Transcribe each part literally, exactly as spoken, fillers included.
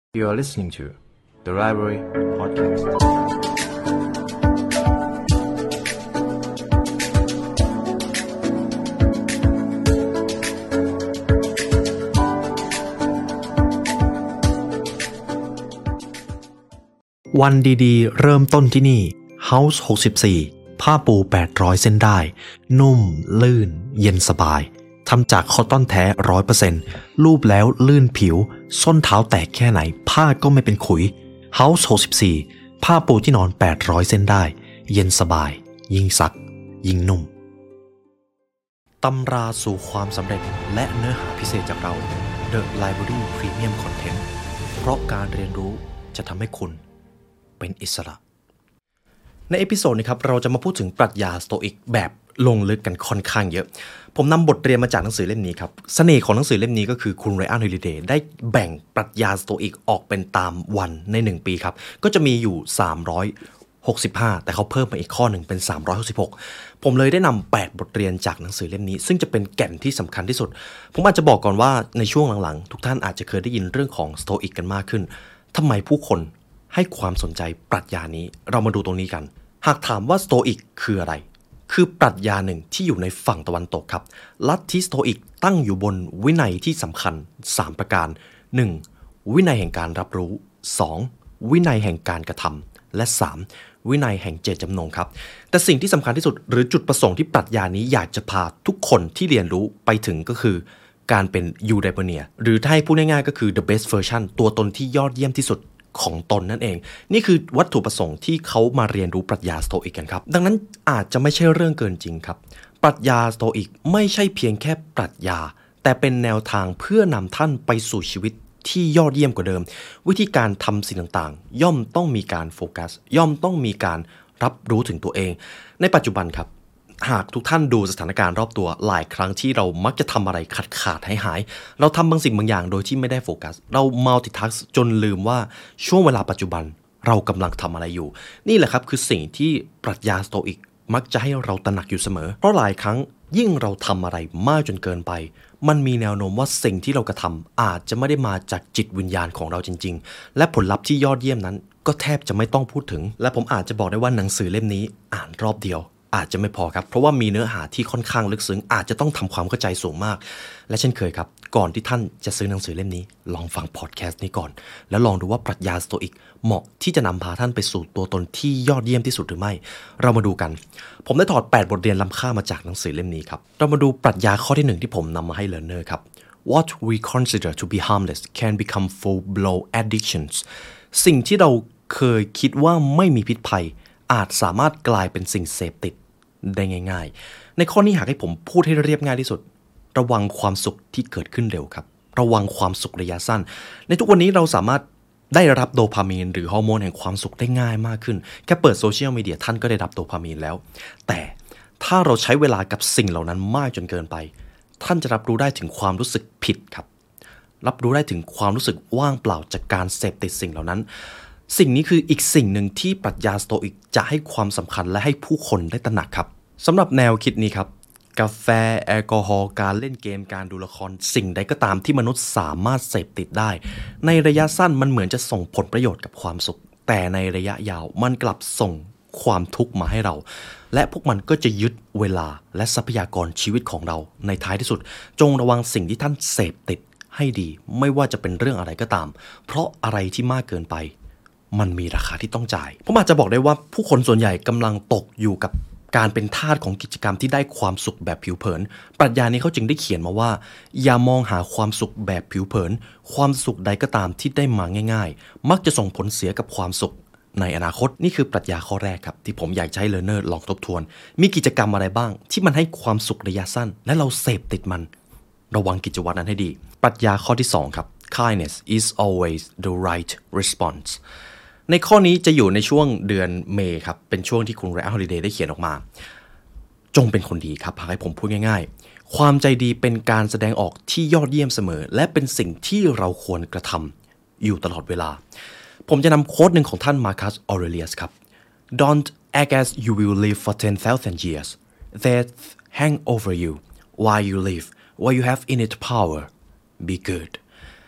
You are listening to The Library Podcast. วันดีๆเริ่มต้นที่นี่ House หกสิบสี่ ผ้าปูแปดร้อยเส้นได้นุ่มลื่นเย็นสบายทำจากคอตตอนแท้ ร้อยเปอร์เซ็นต์ ลูบแล้วลื่นผิวส้นเท้าแตกแค่ไหนผ้าก็ไม่เป็นขุย House หกสิบสี่ ผ้าปูที่นอนแปดร้อยเส้นได้เย็นสบายยิ่งซักยิ่งนุ่มตำราสู่ความสำเร็จและเนื้อหาพิเศษจากเรา The Library Premium Content เพราะการเรียนรู้จะทำให้คุณเป็นอิสระในเอพิโซดนี้ครับเราจะมาพูดถึงปรัชญาสโตอิกแบบลงลึกกันค่อนข้างเยอะผมนำบทเรียนมาจากหนังสือเล่มนี้ครับเสน่ห์ของหนังสือเล่มนี้ก็คือคุณไรอัน ฮอลิเดย์ได้แบ่งปรัชญาสโตอิกออกเป็นตามวันในหนึ่งปีครับก็จะมีอยู่สามร้อยหกสิบห้าแต่เขาเพิ่มมาอีกข้อหนึ่งเป็นสามร้อยหกสิบหกผมเลยได้นำแปดบทเรียนจากหนังสือเล่มนี้ซึ่งจะเป็นแก่นที่สำคัญที่สุดผมอาจจะบอกก่อนว่าในช่วงหลังๆทุกท่านอาจจะเคยได้ยินเรื่องของสโตอิกกันมากขึ้นทำไมผู้คนให้ความสนใจปรัชญานี้เรามาดูตรงนี้กันหากถามว่าสโตอิกคืออะไรคือปรัชญาหนึ่งที่อยู่ในฝั่งตะวันตกครับลัทธิสโตอิกตั้งอยู่บนวินัยที่สำคัญสามประการหนึ่งวินัยแห่งการรับรู้สองวินัยแห่งการกระทำและสามวินัยแห่งเจตจำนงครับแต่สิ่งที่สำคัญที่สุดหรือจุดประสงค์ที่ปรัชญานี้อยากจะพาทุกคนที่เรียนรู้ไปถึงก็คือการเป็นยูไดโพเนียหรือถ้าให้พูดง่ายๆก็คือ the best version ตัวตนที่ยอดเยี่ยมที่สุดของตนนั่นเองนี่คือวัตถุประสงค์ที่เขามาเรียนรู้ปรัชญาสโตอิกกันครับดังนั้นอาจจะไม่ใช่เรื่องเกินจริงครับปรัชญาสโตอิกไม่ใช่เพียงแค่ปรัชญาแต่เป็นแนวทางเพื่อนำท่านไปสู่ชีวิตที่ยอดเยี่ยมกว่าเดิมวิธีการทำสิ่งต่างๆย่อมต้องมีการโฟกัสย่อมต้องมีการรับรู้ถึงตัวเองในปัจจุบันครับหากทุกท่านดูสถานการณ์รอบตัวหลายครั้งที่เรามักจะทำอะไรขาดขาดหายหายเราทำบางสิ่งบางอย่างโดยที่ไม่ได้โฟกัสเรามัลติทัสก์จนลืมว่าช่วงเวลาปัจจุบันเรากำลังทำอะไรอยู่นี่แหละครับคือสิ่งที่ปรัชญาสโตอิกมักจะให้เราตระหนักอยู่เสมอเพราะหลายครั้งยิ่งเราทำอะไรมากจนเกินไปมันมีแนวโน้มว่าสิ่งที่เรากระทำอาจจะไม่ได้มาจากจิตวิญญาณของเราจริงๆและผลลัพธ์ที่ยอดเยี่ยมนั้นก็แทบจะไม่ต้องพูดถึงและผมอาจจะบอกได้ว่าหนังสือเล่มนี้อ่านรอบเดียวอาจจะไม่พอครับเพราะว่ามีเนื้อหาที่ค่อนข้างลึกซึ้งอาจจะต้องทำความเข้าใจสูงมากและเช่นเคยครับก่อนที่ท่านจะซื้อหนังสือเล่มนี้ลองฟังพอดแคสต์นี้ก่อนแล้วลองดูว่าปรัชญาสโตอิกเหมาะที่จะนำพาท่านไปสู่ตัวตนที่ยอดเยี่ยมที่สุดหรือไม่เรามาดูกันผมได้ถอดแปดบทเรียนล้ำค่ามาจากหนังสือเล่มนี้ครับเรามาดูปรัชญาข้อที่หนึ่งที่ผมนำมาให้ learner ครับ What we consider to be harmless can become full-blown addictions สิ่งที่เราเคยคิดว่าไม่มีพิษภัยอาจสามารถกลายเป็นสิ่งเสพติดได้ง่ายๆในข้อนี้หากให้ผมพูดให้เรียบง่ายที่สุดระวังความสุขที่เกิดขึ้นเร็วครับระวังความสุขระยะสั้นในทุกวันนี้เราสามารถได้รับโดพามีนหรือฮอร์โมนแห่งความสุขได้ง่ายมากขึ้นแค่เปิดโซเชียลมีเดียท่านก็ได้รับโดพามีนแล้วแต่ถ้าเราใช้เวลากับสิ่งเหล่านั้นมากจนเกินไปท่านจะรับรู้ได้ถึงความรู้สึกผิดครับรับรู้ได้ถึงความรู้สึกว่างเปล่าจากการเสพติดสิ่งเหล่านั้นสิ่งนี้คืออีกสิ่งหนึ่งที่ปรัชญาสโตอิกจะให้ความสำคัญและให้ผู้คนได้ตระหนักครับสำหรับแนวคิดนี้ครับกาแฟแอลกอฮอล์การเล่นเกมการดูละครสิ่งใดก็ตามที่มนุษย์สามารถเสพติดได้ในระยะสั้นมันเหมือนจะส่งผลประโยชน์กับความสุขแต่ในระยะยาวมันกลับส่งความทุกข์มาให้เราและพวกมันก็จะยึดเวลาและทรัพยากรชีวิตของเราในท้ายที่สุดจงระวังสิ่งที่ท่านเสพติดให้ดีไม่ว่าจะเป็นเรื่องอะไรก็ตามเพราะอะไรที่มากเกินไปมันมีราคาที่ต้องจ่ายผมอาจจะบอกได้ว่าผู้คนส่วนใหญ่กำลังตกอยู่กับการเป็นทาสของกิจกรรมที่ได้ความสุขแบบผิวเผินปรัชญานี้เขาจึงได้เขียนมาว่าอย่ามองหาความสุขแบบผิวเผินความสุขใดก็ตามที่ได้มาง่ายๆมักจะส่งผลเสียกับความสุขในอนาคตนี่คือปรัชญาข้อแรกครับที่ผมอยากให้ learner ลองทบทวนมีกิจกรรมอะไรบ้างที่มันให้ความสุขระยะสั้นและเราเสพติดมันระวังกิจวัตรนั้นให้ดีปรัชญาข้อที่สองครับ kindness is always the right responseในข้อนี้จะอยู่ในช่วงเดือนเมษครับเป็นช่วงที่คุณไรอัน ฮอลิเดย์ได้เขียนออกมาจงเป็นคนดีครับหากให้ผมพูดง่ายๆความใจดีเป็นการแสดงออกที่ยอดเยี่ยมเสมอและเป็นสิ่งที่เราควรกระทำอยู่ตลอดเวลาผมจะนำโค้ดหนึ่งของท่านมาร์คัส ออเรเลียสครับ Don't act as you will live for ten thousand years Death hang over you while you live while you have innate power be good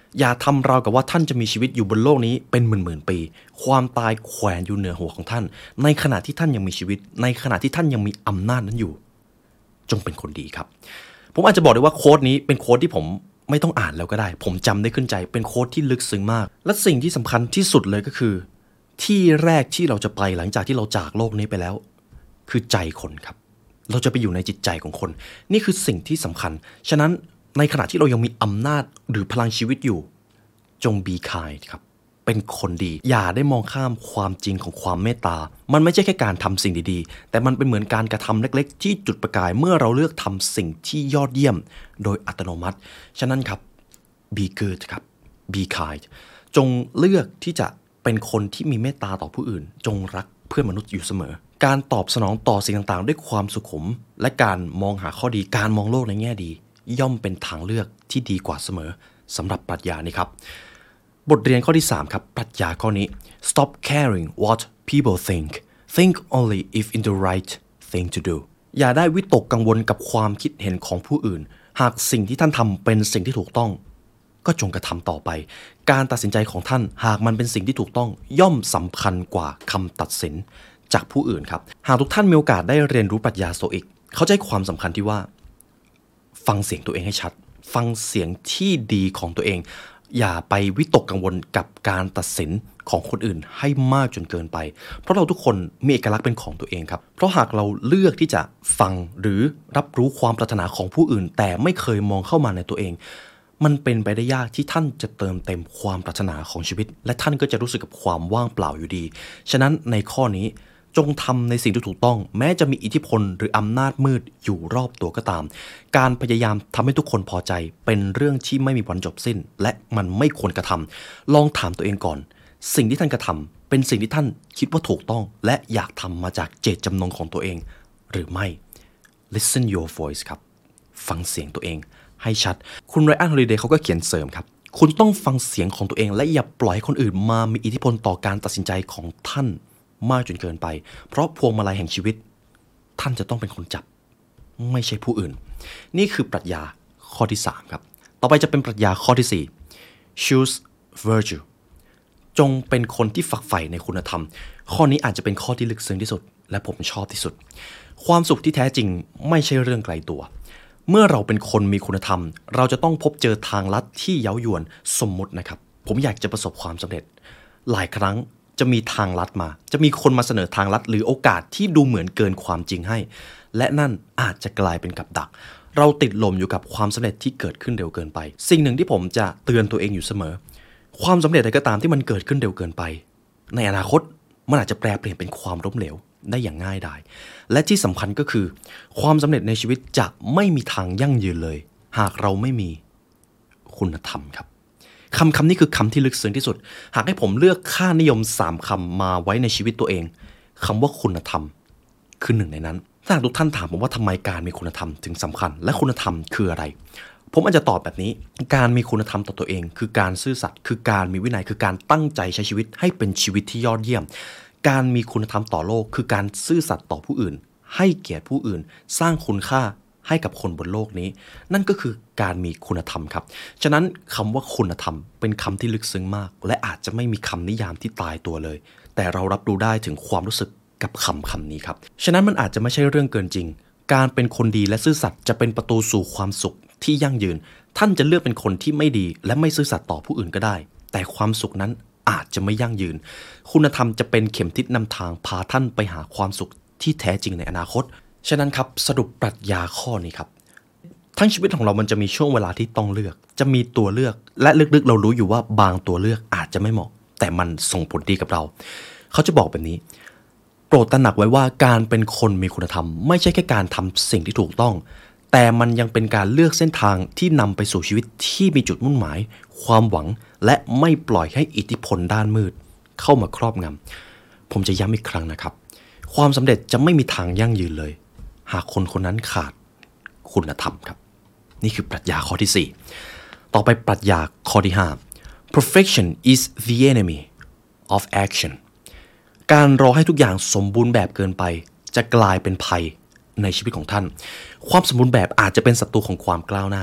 อย่าทำราวกับว่าท่านจะมีชีวิตอยู่บนโลกนี้เป็นหมื่นๆปีความตายแขวนอยู่เหนือหัวของท่านในขณะที่ท่านยังมีชีวิตในขณะที่ท่านยังมีอำนาจนั้นอยู่จงเป็นคนดีครับผมอาจจะบอกได้ว่าโค้ดนี้เป็นโค้ดที่ผมไม่ต้องอ่านแล้วก็ได้ผมจำได้ขึ้นใจเป็นโค้ดที่ลึกซึ้งมากและสิ่งที่สำคัญที่สุดเลยก็คือที่แรกที่เราจะไปหลังจากที่เราจากโลกนี้ไปแล้วคือใจคนครับเราจะไปอยู่ในจิตใจของคนนี่คือสิ่งที่สำคัญฉะนั้นในขณะที่เรายังมีอำนาจหรือพลังชีวิตอยู่จง be kind ครับเป็นคนดีอย่าได้มองข้ามความจริงของความเมตตามันไม่ใช่แค่การทำสิ่งดีๆแต่มันเป็นเหมือนการกระทำเล็กๆที่จุดประกายเมื่อเราเลือกทำสิ่งที่ยอดเยี่ยมโดยอัตโนมัติฉะนั้นครับ be good ครับ be kind จงเลือกที่จะเป็นคนที่มีเมตตาต่อผู้อื่นจงรักเพื่อนมนุษย์อยู่เสมอการตอบสนองต่อสิ่งต่างๆด้วยความสุขุมและการมองหาข้อดีการมองโลกในแง่ดีย่อมเป็นทางเลือกที่ดีกว่าเสมอสำหรับปรัชญานี้ครับบทเรียนข้อที่สามครับปรัชญาข้อนี้ stop caring what people think think only if in the right thing to do อย่าได้วิตกกังวลกับความคิดเห็นของผู้อื่นหากสิ่งที่ท่านทำเป็นสิ่งที่ถูกต้องก็จงกระทำต่อไปการตัดสินใจของท่านหากมันเป็นสิ่งที่ถูกต้องย่อมสำคัญกว่าคำตัดสินจากผู้อื่นครับหากทุกท่านมีโอกาสได้เรียนรู้ปรัชญาสโตอิกเข้าใจความสำคัญที่ว่าฟังเสียงตัวเองให้ชัดฟังเสียงที่ดีของตัวเองอย่าไปวิตกกังวลกับการตัดสินของคนอื่นให้มากจนเกินไปเพราะเราทุกคนมีเอกลักษณ์เป็นของตัวเองครับเพราะหากเราเลือกที่จะฟังหรือรับรู้ความปรารถนาของผู้อื่นแต่ไม่เคยมองเข้ามาในตัวเองมันเป็นไปได้ยากที่ท่านจะเติมเต็มความปรารถนาของชีวิตและท่านก็จะรู้สึกกับความว่างเปล่าอยู่ดีฉะนั้นในข้อนี้จงทำในสิ่งที่ถูกต้องแม้จะมีอิทธิพลหรืออำนาจมืดอยู่รอบตัวก็ตามการพยายามทำให้ทุกคนพอใจเป็นเรื่องที่ไม่มีวันจบสิ้นและมันไม่ควรกระทำลองถามตัวเองก่อนสิ่งที่ท่านกระทำเป็นสิ่งที่ท่านคิดว่าถูกต้องและอยากทำมาจากเจตจำนงของตัวเองหรือไม่ listen your voice ครับฟังเสียงตัวเองให้ชัดคุณไรอัน ฮอลิเดย์เขาก็เขียนเสริมครับคุณต้องฟังเสียงของตัวเองและอย่าปล่อยให้คนอื่นมามีอิทธิพลต่อการตัดสินใจของท่านมากจนเกินไปเพราะพวงมาลัยแห่งชีวิตท่านจะต้องเป็นคนจับไม่ใช่ผู้อื่นนี่คือปรัชญาข้อที่สามครับต่อไปจะเป็นปรัชญาข้อที่สี่ choose virtue จงเป็นคนที่ฝักใฝ่ในคุณธรรมข้อนี้อาจจะเป็นข้อที่ลึกซึ้งที่สุดและผมชอบที่สุดความสุขที่แท้จริงไม่ใช่เรื่องไกลตัวเมื่อเราเป็นคนมีคุณธรรมเราจะต้องพบเจอทางลัดที่เย้ายวนสมมุตินะครับผมอยากจะประสบความสำเร็จหลายครั้งจะมีทางลัดมาจะมีคนมาเสนอทางลัดหรือโอกาสที่ดูเหมือนเกินความจริงให้และนั่นอาจจะกลายเป็นกับดักเราติดลมอยู่กับความสำเร็จที่เกิดขึ้นเร็วเกินไปสิ่งหนึ่งที่ผมจะเตือนตัวเองอยู่เสมอความสำเร็จใดก็ตามที่มันเกิดขึ้นเร็วเกินไปในอนาคตมันอาจจะแปลเปลี่ยนเป็นความล้มเหลวได้อย่างง่ายดายและที่สำคัญก็คือความสำเร็จในชีวิตจะไม่มีทางยั่งยืนเลยหากเราไม่มีคุณธรรมครับคำคำนี้คือคำที่ลึกซึ้งที่สุดหากให้ผมเลือกค่านิยมสามคำมาไว้ในชีวิตตัวเองคำว่าคุณธรรมคือหนึ่งในนั้นถ้าทุกท่านถามผมว่าทำไมการมีคุณธรรมถึงสำคัญและคุณธรรมคืออะไรผมอาจจะตอบแบบนี้การมีคุณธรรมต่อตัวเองคือการซื่อสัตย์คือการมีวินัยคือการตั้งใจใช้ชีวิตให้เป็นชีวิตที่ยอดเยี่ยมการมีคุณธรรมต่อโลกคือการซื่อสัตย์ต่อผู้อื่นให้เกียรติผู้อื่นสร้างคุณค่าให้กับคนบนโลกนี้นั่นก็คือการมีคุณธรรมครับฉะนั้นคำว่าคุณธรรมเป็นคำที่ลึกซึ้งมากและอาจจะไม่มีคำนิยามที่ตายตัวเลยแต่เรารับรู้ได้ถึงความรู้สึกกับคำคำนี้ครับฉะนั้นมันอาจจะไม่ใช่เรื่องเกินจริงการเป็นคนดีและซื่อสัตย์จะเป็นประตูสู่ความสุขที่ยั่งยืนท่านจะเลือกเป็นคนที่ไม่ดีและไม่ซื่อสัตย์ต่อผู้อื่นก็ได้แต่ความสุขนั้นอาจจะไม่ยั่งยืนคุณธรรมจะเป็นเข็มทิศนำทางพาท่านไปหาความสุขที่แท้จริงในอนาคตฉะนั้นครับสรุปปรัชญาข้อนี้ครับทั้งชีวิตของเรามันจะมีช่วงเวลาที่ต้องเลือกจะมีตัวเลือกและลึกๆเรารู้อยู่ว่าบางตัวเลือกอาจจะไม่เหมาะแต่มันส่งผลดีกับเราเขาจะบอกแบบนี้โปรดตระหนักไว้ว่าการเป็นคนมีคุณธรรมไม่ใช่แค่การทำสิ่งที่ถูกต้องแต่มันยังเป็นการเลือกเส้นทางที่นำไปสู่ชีวิตที่มีจุดมุ่งหมายความหวังและไม่ปล่อยให้อิทธิพลด้านมืดเข้ามาครอบงำผมจะย้ำอีกครั้งนะครับความสำเร็จจะไม่มีทางยั่งยืนเลยหากคนคนนั้นขาดคุณธรรมครับนี่คือปรัชญาข้อที่สี่ต่อไปปรัชญาข้อที่ห้า perfection is the enemy of action การรอให้ทุกอย่างสมบูรณ์แบบเกินไปจะกลายเป็นภัยในชีวิตของท่านความสมบูรณ์แบบอาจจะเป็นศัตรูของความก้าวหน้าครับ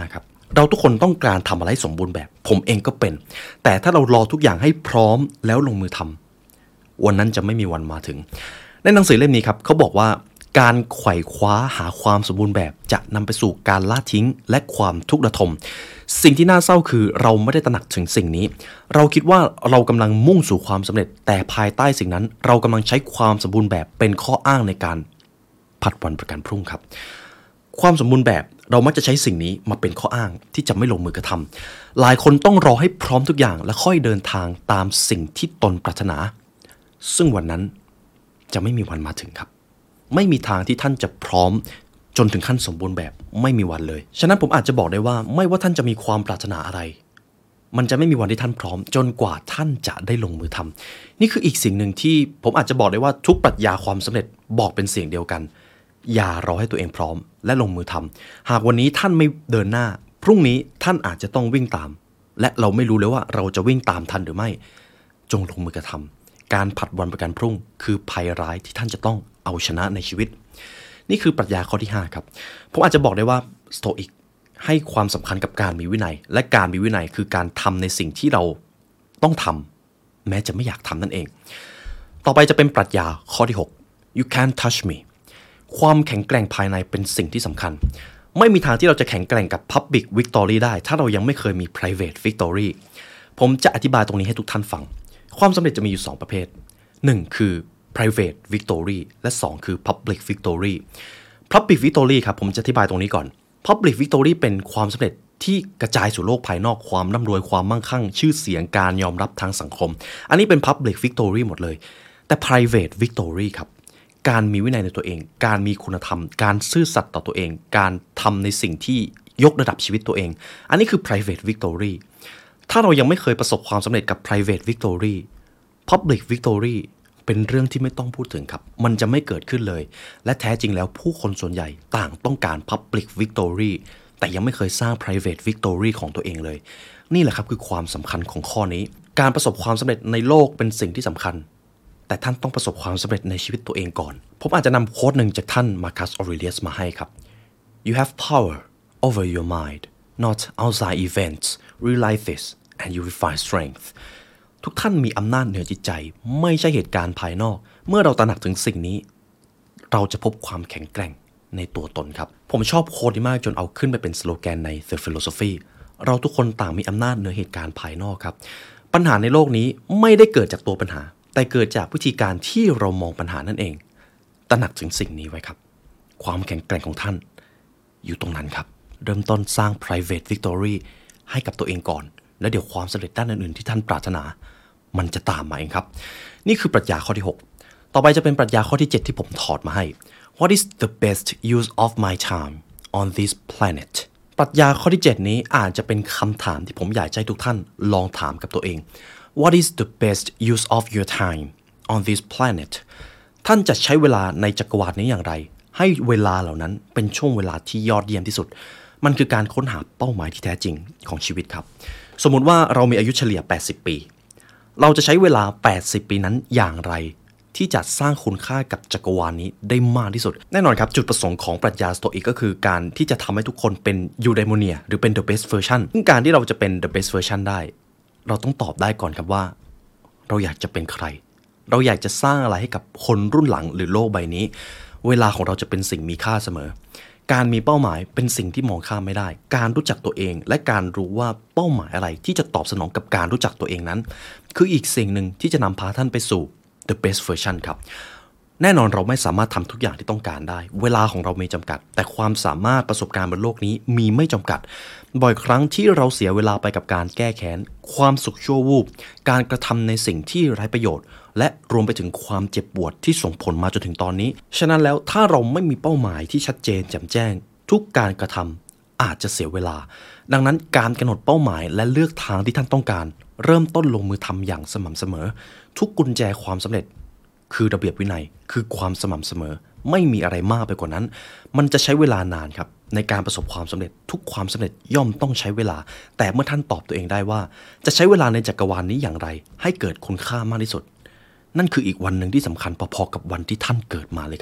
เราทุกคนต้องการทำอะไรสมบูรณ์แบบผมเองก็เป็นแต่ถ้าเรารอทุกอย่างให้พร้อมแล้วลงมือทำวันนั้นจะไม่มีวันมาถึงในหนังสือเล่มนี้ครับเขาบอกว่าการไขว่คว้าหาความสมบูรณ์แบบจะนำไปสู่การละทิ้งและความทุกข์ระทมสิ่งที่น่าเศร้าคือเราไม่ได้ตระหนักถึงสิ่งนี้เราคิดว่าเรากำลังมุ่งสู่ความสำเร็จแต่ภายใต้สิ่งนั้นเรากำลังใช้ความสมบูรณ์แบบเป็นข้ออ้างในการผัดวันประกันพรุ่งครับความสมบูรณ์แบบเรามักจะใช้สิ่งนี้มาเป็นข้ออ้างที่จะไม่ลงมือกระทำหลายคนต้องรอให้พร้อมทุกอย่างและค่อยเดินทางตามสิ่งที่ตนปรารถนาซึ่งวันนั้นจะไม่มีวันมาถึงครับไม่มีทางที่ท่านจะพร้อมจนถึงขั้นสมบูรณ์แบบไม่มีวันเลยฉะนั้นผมอาจจะบอกได้ว่าไม่ว่าท่านจะมีความปรารถนาอะไรมันจะไม่มีวันที่ท่านพร้อมจนกว่าท่านจะได้ลงมือทำนี่คืออีกสิ่งหนึ่งที่ผมอาจจะบอกได้ว่าทุกปรัชญาความสำเร็จบอกเป็นเสียงเดียวกันอย่ารอให้ตัวเองพร้อมและลงมือทำหากวันนี้ท่านไม่เดินหน้าพรุ่งนี้ท่านอาจจะต้องวิ่งตามและเราไม่รู้เลยว่าเราจะวิ่งตามทันหรือไม่จงลงมือกระทำการผัดวันประกันพรุ่งคือภัยร้ายที่ท่านจะต้องเอาชนะในชีวิตนี่คือปรัชญาข้อที่ห้าครับผมอาจจะบอกได้ว่าสโตอิกให้ความสำคัญกับการมีวินัยและการมีวินัยคือการทำในสิ่งที่เราต้องทำแม้จะไม่อยากทำนั่นเองต่อไปจะเป็นปรัชญาข้อที่หก you can't touch me ความแข็งแกร่งภายในเป็นสิ่งที่สำคัญไม่มีทางที่เราจะแข็งแกร่งกับ public victory ได้ถ้าเรายังไม่เคยมี private victory ผมจะอธิบายตรงนี้ให้ทุกท่านฟังความสำเร็จจะมีอยู่สองประเภทหนึ่งคือprivate victory และสองคือ public victory public victory ครับผมจะอธิบายตรงนี้ก่อน public victory เป็นความสำเร็จที่กระจายสู่โลกภายนอกความร่ำรวยความมั่งคั่งชื่อเสียงการยอมรับทางสังคมอันนี้เป็น public victory หมดเลยแต่ private victory ครับการมีวินัยในตัวเองการมีคุณธรรมการซื่อสัตย์ต่อตัวเองการทำในสิ่งที่ยกระดับชีวิตตัวเองอันนี้คือ private victory ถ้าเรายังไม่เคยประสบความสำเร็จกับ private victory public victoryเป็นเรื่องที่ไม่ต้องพูดถึงครับมันจะไม่เกิดขึ้นเลยและแท้จริงแล้วผู้คนส่วนใหญ่ต่างต้องการ Public Victory แต่ยังไม่เคยสร้าง Private Victory ของตัวเองเลยนี่แหละครับคือความสำคัญของข้อนี้การประสบความสำเร็จในโลกเป็นสิ่งที่สำคัญแต่ท่านต้องประสบความสำเร็จในชีวิตตัวเองก่อนผมอาจจะนำโค้ดหนึ่งจากท่านมาคัส ออเรเลียสมาให้ครับ You have power over your mind not outside events realize this and you will find strengthทุกท่านมีอำนาจเหนือจิตใจไม่ใช่เหตุการณ์ภายนอกเมื่อเราตระหนักถึงสิ่งนี้เราจะพบความแข็งแกร่งในตัวตนครับผมชอบโค้ดนี้มากจนเอาขึ้นไปเป็นสโลแกนใน The Philosophy เราทุกคนต่างมีอำนาจเหนือเหตุการณ์ภายนอกครับปัญหาในโลกนี้ไม่ได้เกิดจากตัวปัญหาแต่เกิดจากวิธีการที่เรามองปัญหานั่นเองตระหนักถึงสิ่งนี้ไว้ครับความแข็งแกร่งของท่านอยู่ตรงนั้นครับเริ่มต้นสร้าง private victory ให้กับตัวเองก่อนแล้วเดี๋ยวความสำเร็จด้านอื่นๆที่ท่านปรารถนามันจะตามมาเองครับนี่คือปรัชญาข้อที่หกต่อไปจะเป็นปรัชญาข้อที่เจ็ดที่ผมถอดมาให้ What is the best use of my time on this planet ปรัชญาข้อที่เจ็ดนี้อาจจะเป็นคำถามที่ผมอยากให้ทุกท่านลองถามกับตัวเอง What is the best use of your time on this planet ท่านจะใช้เวลาในจักรวาลนี้อย่างไรให้เวลาเหล่านั้นเป็นช่วงเวลาที่ยอดเยี่ยมที่สุดมันคือการค้นหาเป้าหมายที่แท้จริงของชีวิตครับสมมุติว่าเรามีอายุเฉลี่ยแปดสิบปีเราจะใช้เวลาแปดสิบปีนั้นอย่างไรที่จะสร้างคุณค่ากับจักรวาลนี้ได้มากที่สุดแน่นอนครับจุดประสงค์ของปรัชญาสโตอิกก็คือการที่จะทำให้ทุกคนเป็นยูไดโมเนียหรือเป็น the best version ซึ่งการที่เราจะเป็น the best version ได้เราต้องตอบได้ก่อนครับว่าเราอยากจะเป็นใครเราอยากจะสร้างอะไรให้กับคนรุ่นหลังหรือโลกใบนี้เวลาของเราจะเป็นสิ่งมีค่าเสมอการมีเป้าหมายเป็นสิ่งที่มองข้ามไม่ได้การรู้จักตัวเองและการรู้ว่าเป้าหมายอะไรที่จะตอบสนองกับการรู้จักตัวเองนั้นคืออีกสิ่งหนึ่งที่จะนำพาท่านไปสู่ the best version ครับแน่นอนเราไม่สามารถทำทุกอย่างที่ต้องการได้เวลาของเรามีจำกัดแต่ความสามารถประสบการณ์บนโลกนี้มีไม่จำกัดบ่อยครั้งที่เราเสียเวลาไปกับการแก้แค้นความสุขชั่ววูบการกระทำในสิ่งที่ไร้ประโยชน์และรวมไปถึงความเจ็บปวดที่ส่งผลมาจนถึงตอนนี้ฉะนั้นแล้วถ้าเราไม่มีเป้าหมายที่ชัดเจนแจ่มแจ้งทุกการกระทำอาจจะเสียเวลาดังนั้นการกำหนดเป้าหมายและเลือกทางที่ท่านต้องการเริ่มต้นลงมือทำอย่างสม่ำเสมอทุกกุญแจความสำเร็จคือระเบียบวินัยคือความสม่ำเสมอไม่มีอะไรมากไปกว่านั้นมันจะใช้เวลานานครับในการประสบความสำเร็จทุกความสำเร็จย่อมต้องใช้เวลาแต่เมื่อท่านตอบตัวเองได้ว่าจะใช้เวลาในจักรวาลนี้อย่างไรให้เกิดคุณค่ามากที่สุดนั่นคืออีกวันหนึ่งที่สำคัญพอๆกับวันที่ท่านเกิดมาเลยครับ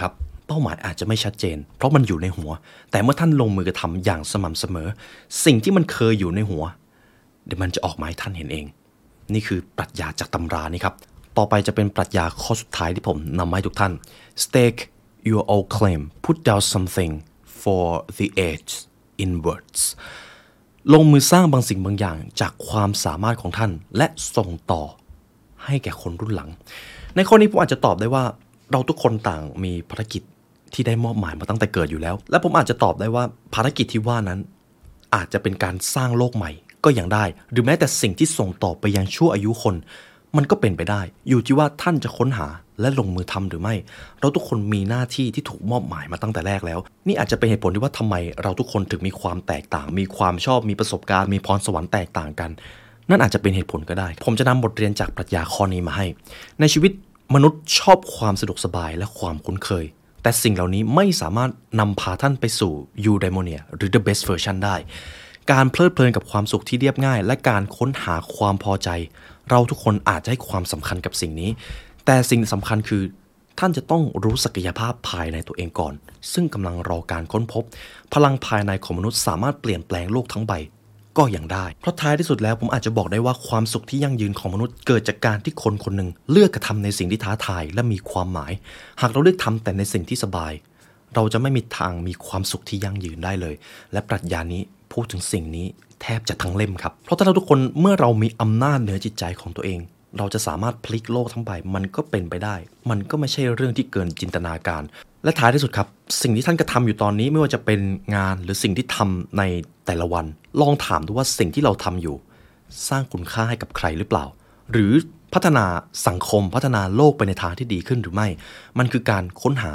เป้าหมายอาจจะไม่ชัดเจนเพราะมันอยู่ในหัวแต่เมื่อท่านลงมือกระทำอย่างสม่ำเสมอสิ่งที่มันเคยอยู่ในหัวเดี๋ยวมันจะออกมาให้ท่านเห็นเองนี่คือปรัชญาจากตำรานี่ครับต่อไปจะเป็นปรัชญาข้อสุดท้ายที่ผมนำมาให้ทุกท่าน stake your old claim put down something for the age in words ลงมือสร้างบางสิ่งบางอย่างจากความสามารถของท่านและส่งต่อให้แก่คนรุ่นหลังในข้อนี้ผมอาจจะตอบได้ว่าเราทุกคนต่างมีภารกิจที่ได้มอบหมายมาตั้งแต่เกิดอยู่แล้วและผมอาจจะตอบได้ว่าภารกิจที่ว่านั้นอาจจะเป็นการสร้างโลกใหม่ก็ยังได้หรือแม้แต่สิ่งที่ส่งต่อไปยังชั่วอายุคนมันก็เป็นไปได้อยู่ที่ว่าท่านจะค้นหาและลงมือทำหรือไม่เราทุกคนมีหน้าที่ที่ถูกมอบหมายมาตั้งแต่แรกแล้วนี่อาจจะเป็นเหตุผลที่ว่าทำไมเราทุกคนถึงมีความแตกต่างมีความชอบมีประสบการณ์มีพรสวรรค์แตกต่างกันนั่นอาจจะเป็นเหตุผลก็ได้ผมจะนำบทเรียนจากปรัชญาข้อนี้มาให้ในชีวิตมนุษย์ชอบความสะดวกสบายและความคุ้นเคยแต่สิ่งเหล่านี้ไม่สามารถนำพาท่านไปสู่ eudaimonia หรือ the best version ได้การเพลิดเพลินกับความสุขที่เรียบง่ายและการค้นหาความพอใจเราทุกคนอาจจะให้ความสำคัญกับสิ่งนี้แต่สิ่งสำคัญคือท่านจะต้องรู้ศักยภาพภายในตัวเองก่อนซึ่งกำลังรอการค้นพบพลังภายในของมนุษย์สามารถเปลี่ยนแปลงโลกทั้งใบก็ยังได้เพราะท้ายที่สุดแล้วผมอาจจะบอกได้ว่าความสุขที่ยั่งยืนของมนุษย์เกิดจากการที่คนคนหนึ่งเลือกกระทำในสิ่งที่ท้าทายและมีความหมายหากเราเลือกทำแต่ในสิ่งที่สบายเราจะไม่มีทางมีความสุขที่ยั่งยืนได้เลยและปรัชญานี้พูดถึงสิ่งนี้แทบจะทั้งเล่มครับเพราะถ้าเราทุกคนเมื่อเรามีอำนาจเหนือจิตใจของตัวเองเราจะสามารถพลิกโลกทั้งใบมันก็เป็นไปได้มันก็ไม่ใช่เรื่องที่เกินจินตนาการและท้ายที่สุดครับสิ่งที่ท่านกระทำอยู่ตอนนี้ไม่ว่าจะเป็นงานหรือสิ่งที่ทำในแต่ละวันลองถามดูว่าสิ่งที่เราทำอยู่สร้างคุณค่าให้กับใครหรือเปล่าหรือพัฒนาสังคมพัฒนาโลกไปในทางที่ดีขึ้นหรือไม่มันคือการค้นหา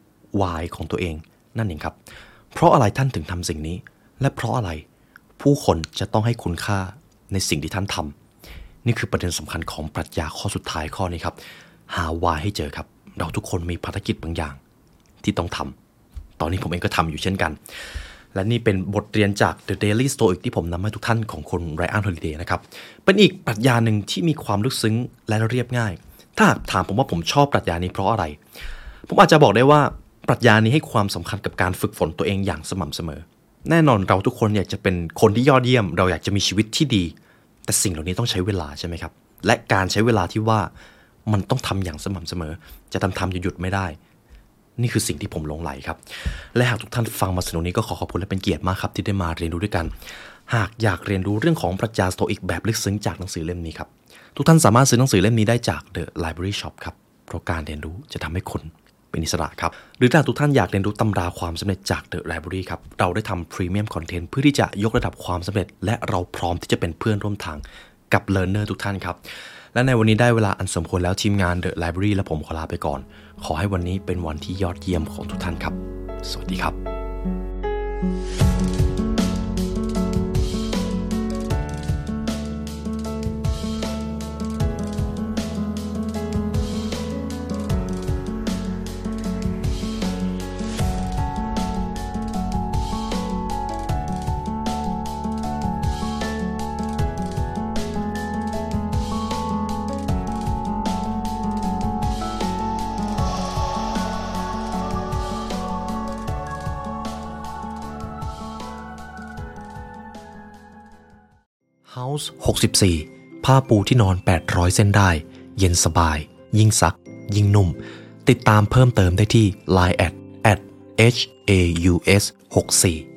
why ของตัวเองนั่นเองครับเพราะอะไรท่านถึงทำสิ่งนี้และเพราะอะไรผู้คนจะต้องให้คุณค่าในสิ่งที่ท่านทำนี่คือประเด็นสำคัญของปรัชญาข้อสุดท้ายข้อนี้ครับหา why ให้เจอครับเราทุกคนมีภารกิจบางอย่างที่ต้องทำตอนนี้ผมเองก็ทำอยู่เช่นกันและนี่เป็นบทเรียนจาก The Daily Stoic ที่ผมนำให้ทุกท่านของคุณไรอัน ฮอลิเดย์นะครับเป็นอีกปรัชญาหนึ่งที่มีความลึกซึ้งและเรียบง่ายถ้าหากถามผมว่าผมชอบปรัชญานี้เพราะอะไรผมอาจจะบอกได้ว่าปรัชญานี้ให้ความสำคัญกับการฝึกฝนตัวเองอย่างสม่ำเสมอแน่นอนเราทุกคนอยากจะเป็นคนที่ยอดเยี่ยมเราอยากจะมีชีวิตที่ดีแต่สิ่งเหล่านี้ต้องใช้เวลาใช่ไหมครับและการใช้เวลาที่ว่ามันต้องทำอย่างสม่ำเสมอจะทำทำหยุดไม่ได้นี่คือสิ่งที่ผมหลงใหลครับและหากทุกท่านฟังมาสนุกนี้ก็ขอขอบคุณและเป็นเกียรติมากครับที่ได้มาเรียนรู้ด้วยกันหากอยากเรียนรู้เรื่องของปรัชญาสโตอิกแบบลึกซึ้งจากหนังสือเล่มนี้ครับทุกท่านสามารถซื้อหนังสือเล่มนี้ได้จาก The Library Shop ครับเพราะการเรียนรู้จะทำให้คุณเป็นอิสระครับหรือถ้าทุกท่านอยากเรียนรู้ตำราความสำเร็จจาก The Library ครับเราได้ทำพรีเมียมคอนเทนต์เพื่อที่จะยกระดับความสำเร็จและเราพร้อมที่จะเป็นเพื่อนร่วมทางกับ Learner ทุกท่านครับและในวันนี้ได้เวลาอันสมควรแล้วทีมงาน The Library และผมขอลาไปก่อนขอให้วันนี้เป็นวันที่ยอดเยี่ยมของทุกท่านครับสวัสดีครับ House หกสิบสี่ผ้าปูที่นอนแปดร้อยเส้นได้เย็นสบายยิ่งซักยิ่งนุ่มติดตามเพิ่มเติมได้ที่ ไลน์ แอท แอท เอช เอ ยู เอส หกสิบสี่